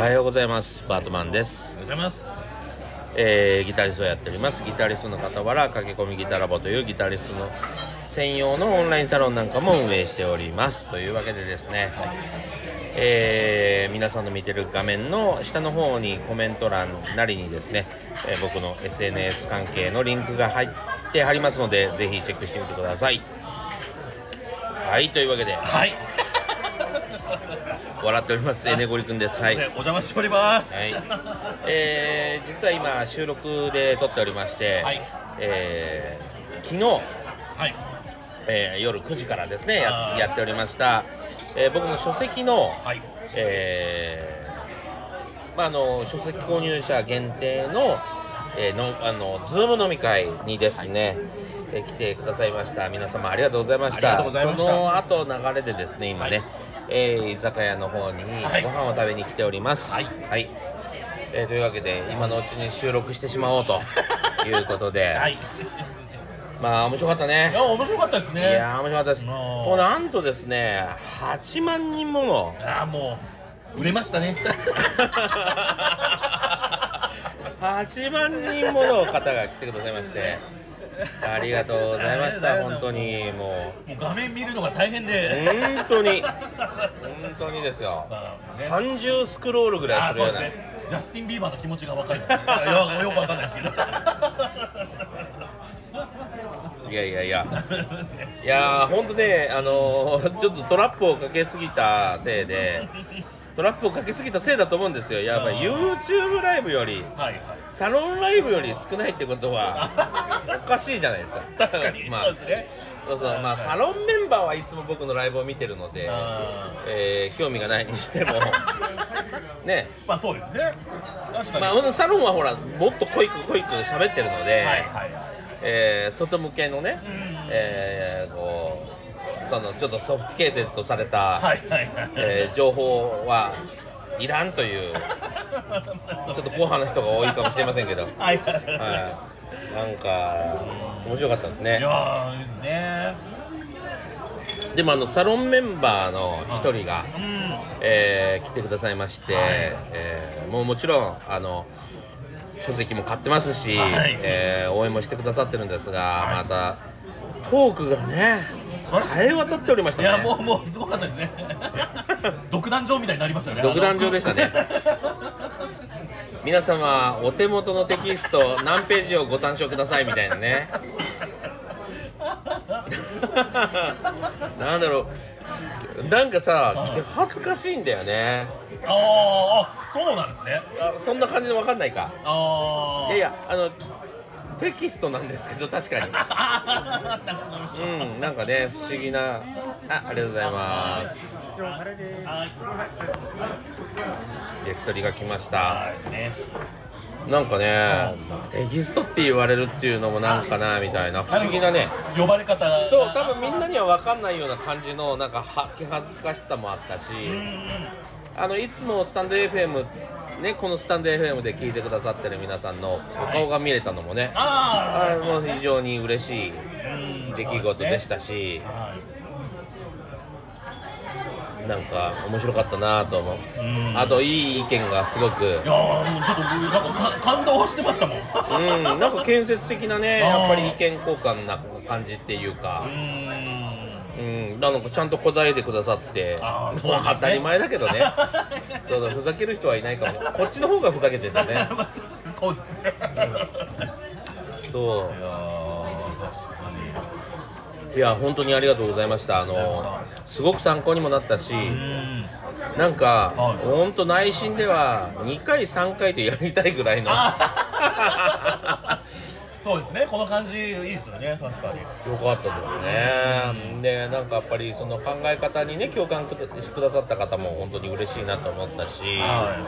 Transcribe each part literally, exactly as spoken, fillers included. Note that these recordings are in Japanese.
はようございます。バートマンです。 おはようございます。 えー、ギタリストをやっております。ギタリストの傍ら駆け込みギタラボというギタリストの専用のオンラインサロンなんかも運営しております。というわけでですね、はい、えー、皆さんの見てる画面の下の方にコメント欄なりにですね、えー、僕の エスエヌエス 関係のリンクが入ってありますので、ぜひチェックしてみてください。はい、というわけで、 はい笑っておりますエネゴリくんです。はい、 お邪魔しております。 はい、えー、実は今収録で撮っておりまして、はい、えー、昨日、はい、えー、夜くじからですね や, やっておりました、えー、僕の書籍の、はい、えーまあ、あの書籍購入者限定のえー、のあのズーム飲み会にですね、はい、えー、来てくださいました。皆様ありがとうございました。その後流れでですね、今ね、はい、えー、居酒屋の方にご飯を食べに来ております。はい、はい、えー、というわけで今のうちに収録してしまおうということで、はい、まあ面白かったね。 いや面白かったですね。 いや面白かったです。もうなんとですね、はちまんにんもの、 あもう売れましたね。 はちまんにんもの方が来てくださいまして、ありがとうございました。本当にもう、もう画面見るのが大変で、 本当に本当にですよ、さんじゅうスクロールぐらいするような、ね、 ジャスティン・ビーバーの気持ちが分かる。いやよく分かんないですけど。 いやいやいやいや本当ね、あのー、ちょっとトラップをかけすぎたせいでトラップをかけすぎたせいだと思うんですよ。やっぱり YouTube ライブより、はいはい、サロンライブより少ないってことはおかしいじゃないですか。 確かに、まあ、そうですね。 そうそう、まあサロンメンバーはいつも僕のライブを見てるので、えー、興味がないにしてもね、 まあそうですね。確かに。 まあサロンはほらもっと濃いく濃いく喋ってるので、はいはい、えー、外向けのね、えー、こうそのちょっとソフトケーテッドされた、はいはいはい、えー、情報はいらんというちょっと硬派な人が多いかもしれませんけど、はいはいはい、なんか面白かったですね。 いやーですね。 でもあのサロンメンバーの一人が、うん、えー、来てくださいまして、はい、えー、もうもちろんあの書籍も買ってますし、はい、えー、応援もしてくださってるんですが、はい、またトークがねさえ渡っておりましたね。 いやもうもうすごかったですね。独壇場みたいになりましたね。 独壇場でしたね。皆様お手元のテキスト何ページをご参照くださいみたいなね。なんだろう、なんかさ恥ずかしいんだよね。 ああそうなんですね。 あそんな感じで分かんないか。 あいやいやあのテキストなんですけど確かにうんなんかね不思議な、あありがとうございます。焼き鳥が来ました。なんかねテキストって言われるっていうのもなんかなみたいな不思議なね呼ばれ方。 そう多分みんなには分かんないような感じのなんかは気恥ずかしさもあったし、あのいつもスタンド エフエムね、このスタンド エフエム で聞いてくださってる皆さんのお顔が見れたのもね、はい、あもう非常に嬉しい出来事でしたし、なんか面白かったなと思う。あといい意見がすごく、いやもうちょっとなんか感動してましたもん。 うんなんか建設的なねやっぱり意見交換な感じっていうか、うん、なんかちゃんと答えてくださって、あーそうですね、当たり前だけどねそうだふざける人はいないかも。こっちの方がふざけてたね。 そうですね、 うん、そういや確かにいや本当にありがとうございました。あのすごく参考にもなったし、んなんか本当内心ではにかいさんかいとやりたいぐらいのそうですね、この感じいいですよね。確かに良かったですね。でなんかやっぱりその考え方にね共感くださった方も本当に嬉しいなと思ったし、はい、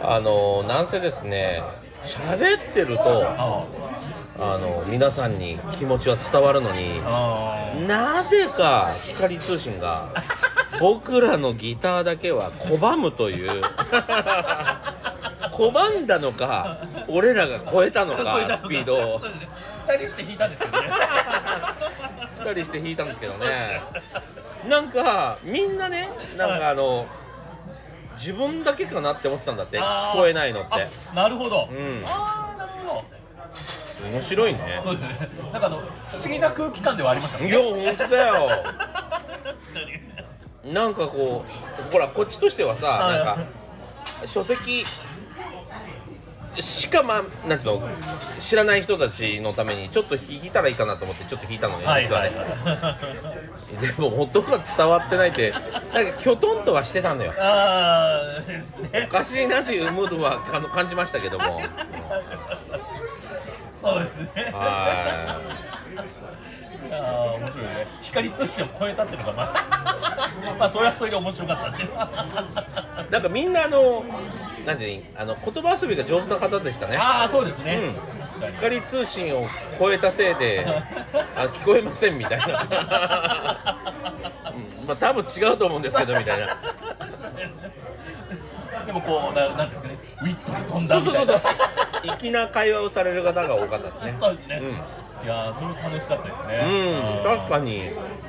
あのなんせですね喋ってるとあの皆さんに気持ちは伝わるのに、なぜか光通信が僕らのギターだけは拒むという拒んだのか俺らが超えたのかスピードをふたりして弾いたんですけどねふたりして弾いたんですけどねなんかみんなねなんかあの自分だけかなって思ってたんだって、聞こえないのって。 なるほど、 うん、 ああなるほど、 面白いね。 そうですね、なんかあの不思議な空気感ではありましたね。 いや本当だよなんかこうほらこっちとしてはさ、なんか書籍しかまあなんていうの知らない人たちのためにちょっと弾いたらいいかなと思ってちょっと弾いたのね、実はね。でも音が伝わってないってなんかきょとんとはしてたのよ。 あーですね、 おかしいなというムードはあの感じましたけども。 そうですね。 はい。 ああ面白いね。光通信を超えたっていうのがまあまあそれはそれで面白かったっていうなんかみんなあのなんていうのあの言葉遊びが上手な方でしたね。 ああそうですね、 うん、光通信を超えたせいであ聞こえませんみたいな、うん、まあ多分違うと思うんですけどみたいなでもこうななんですかね、ウィットに飛んだみたいな、そうそうそうそう粋な会話をされる方が多かったですね。 そうですね、うん、いやーそれ楽しかったですね。 うん確かに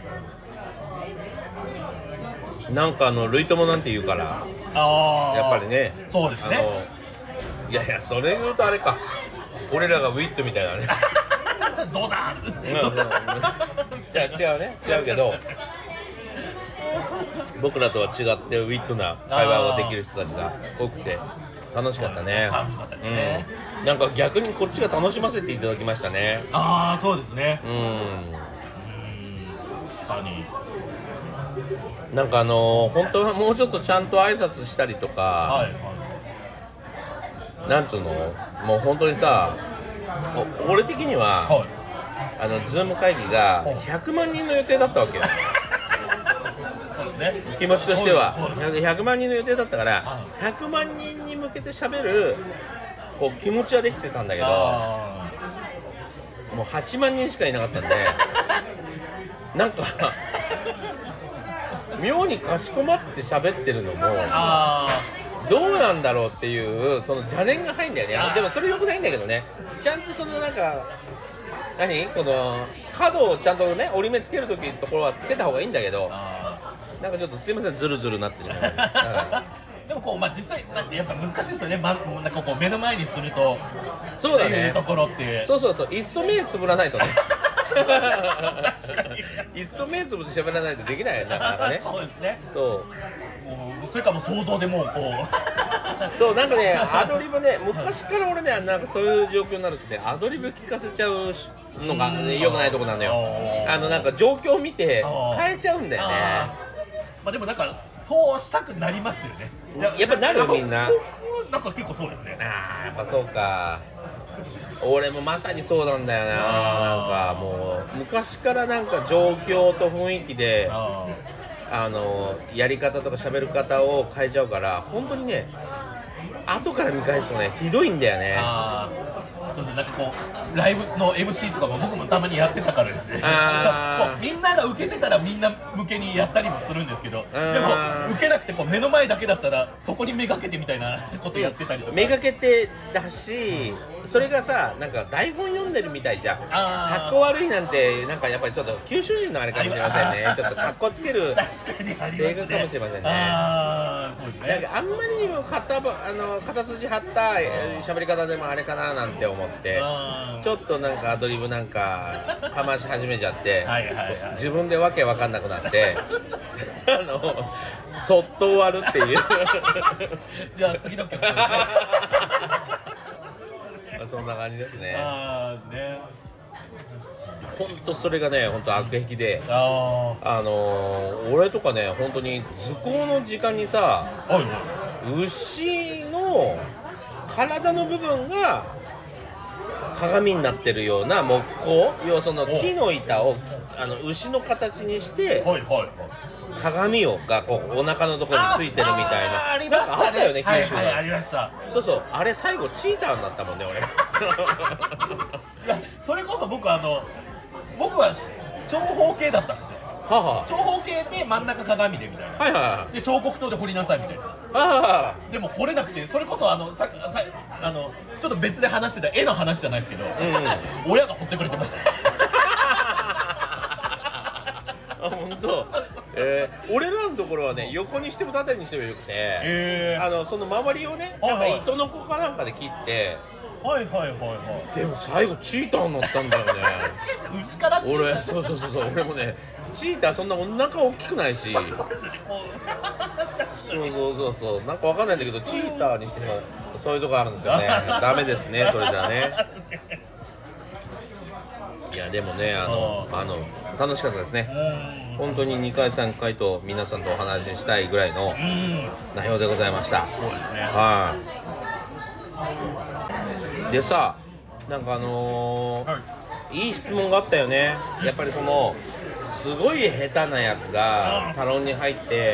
なんかあの類友なんて言うからあやっぱりね、 そうですね、 あのいやいやそれ言うとあれか俺らがウィットみたいなねどうだいや違うね違うけど僕らとは違ってウィットな会話ができる人たちが多くて楽しかったね。 楽しかったですね、 うん、なんか逆にこっちが楽しませていただきましたね。 ああそうですね、 うんうん確かになんかあのー、本当はもうちょっとちゃんと挨拶したりとか、はいはい、なんつうのもう本当にさ俺的には、はい、あのズーム会議がひゃくまんにんの予定だったわけよそうですね、 気持ちとしてはひゃくまんにんの予定だったからひゃくまんにんに向けて喋るこう気持ちはできてたんだけどもうはちまんにんしかいなかったんでなんか妙にかしこまって喋ってるのもどうなんだろうっていうその邪念が入るんだよね。でもそれ良くないんだけどね、ちゃんとそのなんか何この角をちゃんとね折り目つける時のところはつけた方がいいんだけどなんかちょっとすいませんズルズルなってしまうでもこう、まあ、実際なんかやっぱ難しいですよね、ま、なんかこう目の前にするとそうだねっていうところってそうそうそういっそ目つぶらないとね確かにいっそ目つぶって喋らないとできないよなかなかねそうですねそうもうそれかもう想像でもうこうそうなんかねアドリブね昔から俺ねなんかそういう状況になるとねアドリブ聞かせちゃうのが、ね、良くないとこなのよ。あのなんか状況を見て変えちゃうんだよね。 まあでもなんかそうしたくなりますよね。 や, やっぱなるみんななんか結構そうですね。 ああやっぱそうか俺もまさにそうなんだよな。なんかもう昔からなんか状況と雰囲気でああのやり方とか喋る方を変えちゃうから本当にね後から見返すとねひどいんだよね。あそうですね、なんかこうライブの エムシー とかも僕もたまにやってたからですねあみんなが受けてたらみんな向けにやったりもするんですけどでも受けなくてこう目の前だけだったらそこにめがけてみたいなことやってたりとか、 めがけてだしそれがさなんか台本読んでるみたいじゃん。かっこ悪いなんてなんかやっぱりちょっと九州人のあれかもしれませんね。ちょっとかっこつける性格かもしれませんね。あそうですねなんかあんまりにも肩あの肩筋張った喋り方でもあれかななんて思ってちょっとなんかアドリブなんかかまし始めちゃってはいはい、はい、自分でわけわかんなくなってあのそっと終わるっていうじゃあ次の曲そんな感じですね。 あねほんとそれがねほんと悪癖であ、あのー、俺とかねほんとに図工の時間にさ、はいはい、牛の体の部分が鏡になってるような木工要はその木の板をあの牛の形にして、はいはいはい、鏡をがこうお腹のところについてるみたいな、ああなんかあったよね九州が、はいはい、ありました。 そうそうあれ最後チーターになったもんね俺いやそれこそ僕あの僕は長方形だったんですよ。はは長方形で真ん中鏡でみたいな、はいはい、で彫刻刀で彫りなさいみたいな、はでも彫れなくてそれこそあのささあのちょっと別で話してた絵の話じゃないですけど、うんうん、親が彫ってくれてましたあ本当えー、俺らのところはね、横にしても縦にしてもよくて、えー、あのその周りをね、なんか糸の子かなんかで切って、 はいはいはいはい。 でも最後チーターになったんだよね。 牛からチーター。 俺、そうそうそうそう、俺もね、チーターそんなお腹大きくないし。 そうですね、こう。 そうそうそうそう、なんかわかんないんだけど、チーターにしてしまう、そういうとこあるんですよね。ダメですね、それじゃね。いやでもね、あのあの楽しかったですね。本当ににかいさんかいと皆さんとお話ししたいぐらいの内容でございました。 そうですね。 はい。でさ、なんかあのーはい、いい質問があったよね。やっぱりそのすごい下手なやつがサロンに入って、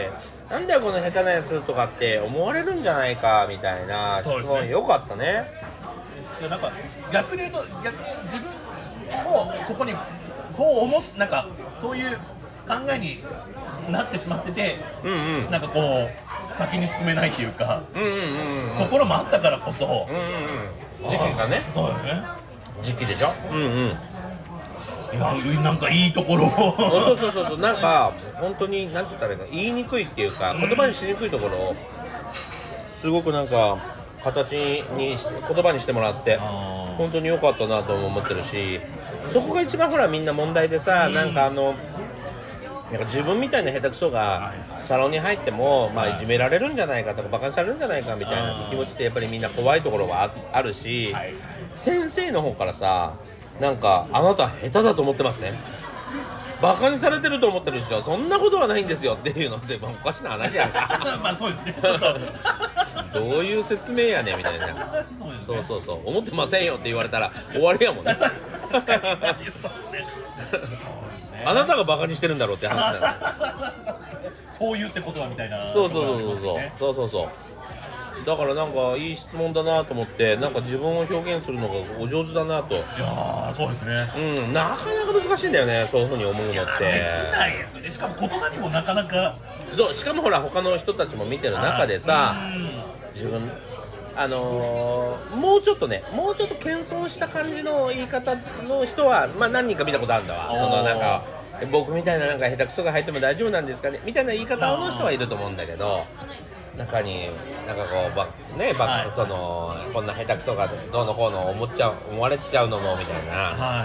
なんだよこの下手なやつとかって思われるんじゃないかみたいな質問、ね、よかったね。 いやなんか逆に言うと、逆に自分もそこにそう思っなんかそういう考えになってしまってて、うんうん、なんかこう先に進めないというか、うんうんうんうん、ところもあったからこそ、うんうんうん、時期がね、 そうですね、 時期でしょ、うんうん、いやなんかいいところをそうそうそうそう、なんか本当に何て言ったらいいの、言いにくいっていうか言葉にしにくいところをすごくなんか形に言葉にしてもらって本当に良かったなと思ってるし、そこが一番ほらみんな問題でさ、なんかあのなんか自分みたいな下手くそがサロンに入っても、まあ、いじめられるんじゃないかとかバカにされるんじゃないかみたいな気持ちってやっぱりみんな怖いところはあるし、先生の方からさ、なんかあなた下手だと思ってますね、バカにされてると思ってるでしょ、そんなことはないんですよっていうのって、まあ、おかしな話やんかまあそうですねどういう説明やねんみたいなそうです、ね、そうそうそう思ってませんよって言われたら終わりやもんね確かにそうですね、あなたがバカにしてるんだろうって話だそう言ってことはみたいな、 そうそうそうそうそうそうそう、だからなんかいい質問だなと思って、なんか自分を表現するのがお上手だなと。いやーそうですね、 うん、なかなか難しいんだよね、そういうふうに思うのって。できないですよね、しかも言葉にもなかなか。 そう、しかもほら他の人たちも見てる中でさ、自分あのー、もうちょっとね、もうちょっと謙遜した感じの言い方の人は、まあ何人か見たことあるんだわ。そのなんか僕みたいななんか下手くそが入っても大丈夫なんですかねみたいな言い方の人はいると思うんだけど、中になんかこうばねば、はい、そのこんな下手くそがどうのこうの思っちゃう思われちゃうのもみたいな、はい、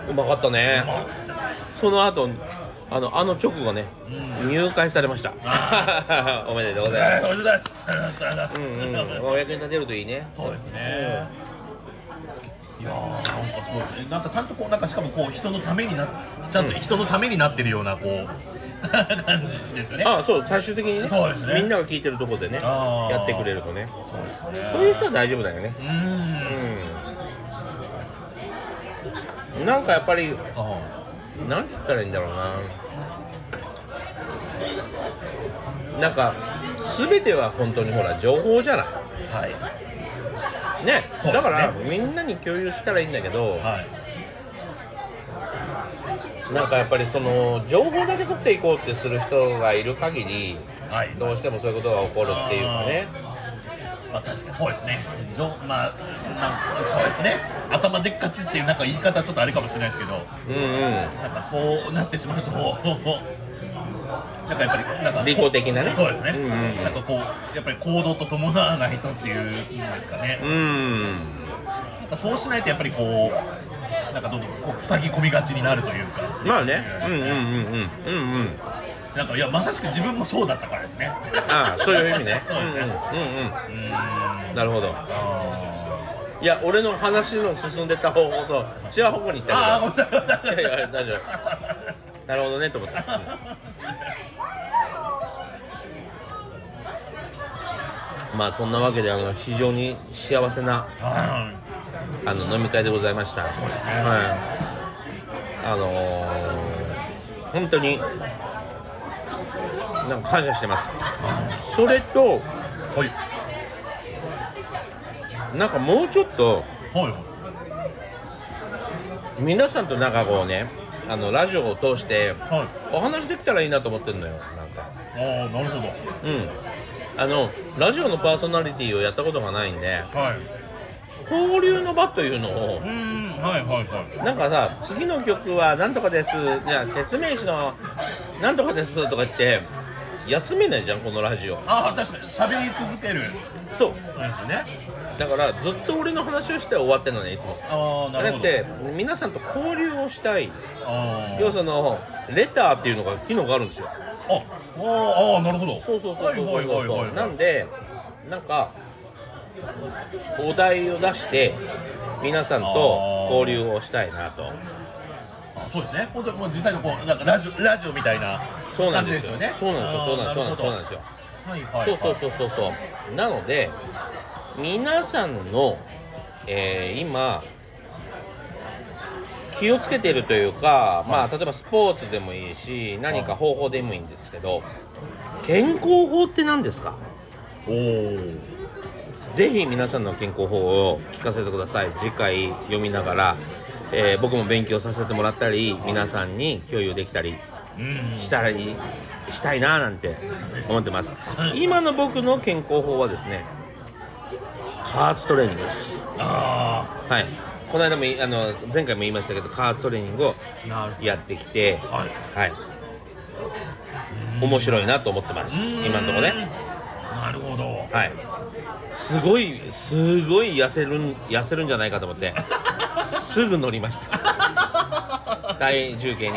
うまかったね。その後あのあの直後ね、うん、入会されました。おめでとうございます。 おめでとうございます。ありがとうございます。 うんうん、お役に立てるといいね。 そうですね。いやーなんかすごいね。なんかちゃんとこうなんかしかもこう人のためになちゃんと人のためになってるようなこう感じですよね。 ああ、そう最終的にね。 そうですね。 みんなが聞いてるところでねやってくれるとね。 そうですね。 そういう人は大丈夫だよね。うん。うん。なんかやっぱりなんて言ったらいいんだろうな。なんか全ては本当にほら情報じゃない。はい。ね。ね、だからみんなに共有したらいいんだけど、はい、なんかやっぱりその情報だけ取っていこうってする人がいる限り、はい、どうしてもそういうことが起こるっていうかね。 まあ確かにそうですね。まあなんそうですね。頭でっかちっていうなんか言い方ちょっとあれかもしれないですけど、うんうん、なんかそうなってしまうとなんかやっぱりなんか利己的なね。 そうですね。うんうん、なんかこうやっぱり行動と伴わないとっていうんですかね。うん。なんかそうしないとやっぱりこうなんかどんどんこう塞ぎ込みがちになるというか。 まあね。うんうんうんうんうんうん。 なんかいやまさしく自分もそうだったからですね。 ああそういう意味ね。 そうですね。うんうんうん。なるほど。いや俺の話の進んでた方法と違う方向に行ったけど。ああごめんなさい。いやいや大丈夫。なるほどねと思って。うんまあそんなわけであの非常に幸せなあの飲み会でございました。そうですね。はい。あのー、本当になんか感謝してます。それと、はい、なんかもうちょっと、はい、皆さんとなんかこうね、あのラジオを通してお話できたらいいなと思ってるのよ。なんか。 ああなるほど。うん。 あのラジオのパーソナリティをやったことがないんで、はい、交流の場というのを、うん、はいはいはい、なんかさ次の曲はなんとかですじゃあ鉄面師のなんとかですとか言って休めないじゃんこのラジオ。 ああ確かに喋り続ける。そうなんですね。 だからずっと俺の話をして終わってんのねいつも。 ああなるほど。 だって皆さんと交流をしたい。あ要はそのレターっていうのが機能があるんですよ。 あああなるほど。 そうそうそうそうそうそう。なんでなんかお題を出して皆さんと交流をしたいなと。 あそうですね。本当にもう実際のこうなんかラジオラジオみたいな感じですよね。 そうなんですよ。そうなんですよ。そうなんですよ。 はいはい。 そうそうそうそうそう。なので皆さんの、えー、今気をつけているというか、まあ例えばスポーツでもいいし何か方法でもいいんですけど、健康法って何ですか？おお。ぜひ皆さんの健康法を聞かせてください。次回読みながら、えー、僕も勉強させてもらったり皆さんに共有できたりしたりしたいななんて思ってます。今の僕の健康法はですね加圧トレーニングです。あはい。この間もあの前回も言いましたけど加圧トレーニングをやってきて、はい、はい、面白いなと思ってます。今のところね。 なるほど。 はい。すごいすごい痩せるん痩せるんじゃないかと思ってすぐ乗りました。体重計に。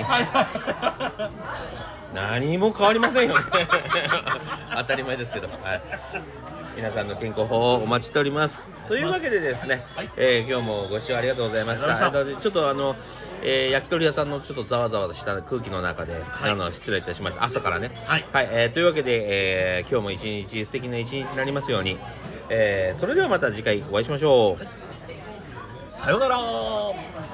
何も変わりませんよね。当たり前ですけど。はい。皆さんの健康法をお待ちしております。というわけでですね、はい、えー、今日もご視聴ありがとうございました。ちょっとあの、えー、焼き鳥屋さんのちょっとざわざわした空気の中で、はい、あの失礼いたしました。朝からね。はい。はい、えー、というわけで、えー、今日も一日素敵な一日になりますように、えー、それではまた次回お会いしましょう。 さようなら。